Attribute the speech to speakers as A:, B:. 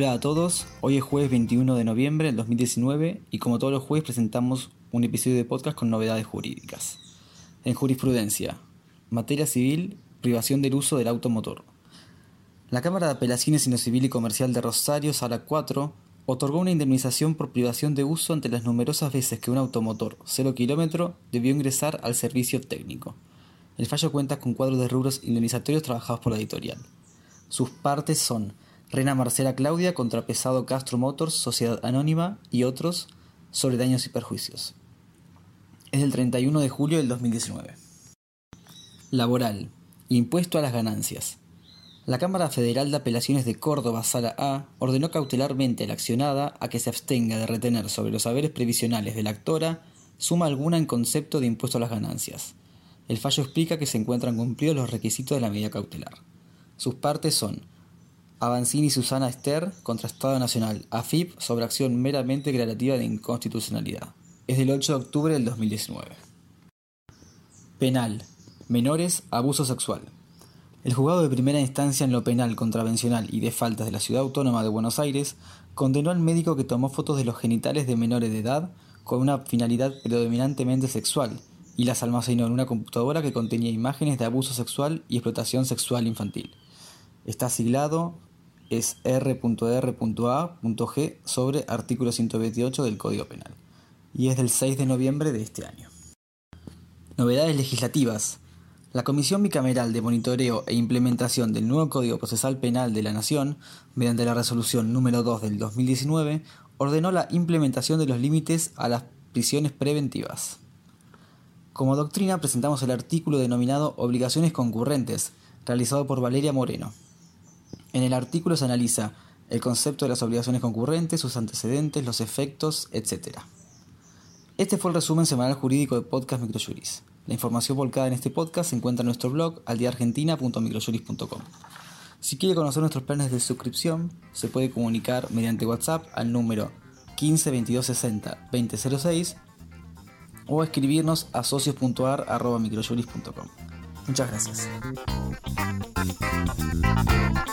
A: Hola a todos, hoy es jueves 21 de noviembre del 2019 y como todos los jueves presentamos un episodio de podcast con novedades jurídicas. En jurisprudencia, materia civil, privación del uso del automotor. La Cámara de Apelaciones en lo Civil y Comercial de Rosario, Sala 4, otorgó una indemnización por privación de uso ante las numerosas veces que un automotor 0 km debió ingresar al servicio técnico. El fallo cuenta con cuadros de rubros indemnizatorios trabajados por la editorial. Sus partes son Reina Marcela Claudia contra Pesado Castro Motors, Sociedad Anónima y otros sobre daños y perjuicios. Es del 31 de julio del 2019. Laboral. Impuesto a las ganancias. La Cámara Federal de Apelaciones de Córdoba, Sala A, ordenó cautelarmente a la accionada a que se abstenga de retener sobre los haberes previsionales de la actora suma alguna en concepto de impuesto a las ganancias. El fallo explica que se encuentran cumplidos los requisitos de la medida cautelar. Sus partes son Avancini Susana Ester contra Estado Nacional, AFIP, sobre acción meramente declarativa de inconstitucionalidad. Es del 8 de octubre del 2019. Penal. Menores, abuso sexual. El juzgado de primera instancia en lo penal, contravencional y de faltas de la Ciudad Autónoma de Buenos Aires condenó al médico que tomó fotos de los genitales de menores de edad con una finalidad predominantemente sexual y las almacenó en una computadora que contenía imágenes de abuso sexual y explotación sexual infantil. Está siglado, es R.R.A.G sobre artículo 128 del Código Penal y es del 6 de noviembre de este año. Novedades legislativas. La Comisión Bicameral de Monitoreo e Implementación del nuevo Código Procesal Penal de la Nación, mediante la resolución número 2 del 2019, ordenó la implementación de los límites a las prisiones preventivas. Como doctrina presentamos el artículo denominado Obligaciones concurrentes, realizado por Valeria Moreno. En el artículo se analiza el concepto de las obligaciones concurrentes, sus antecedentes, los efectos, etc. Este fue el resumen semanal jurídico de Podcast Microjuris. La información volcada en este podcast se encuentra en nuestro blog aldiaargentina.microjuris.com. Si quiere conocer nuestros planes de suscripción, se puede comunicar mediante WhatsApp al número 15 22 60 2006 o escribirnos a socios.ar@microjuris.com. Muchas gracias.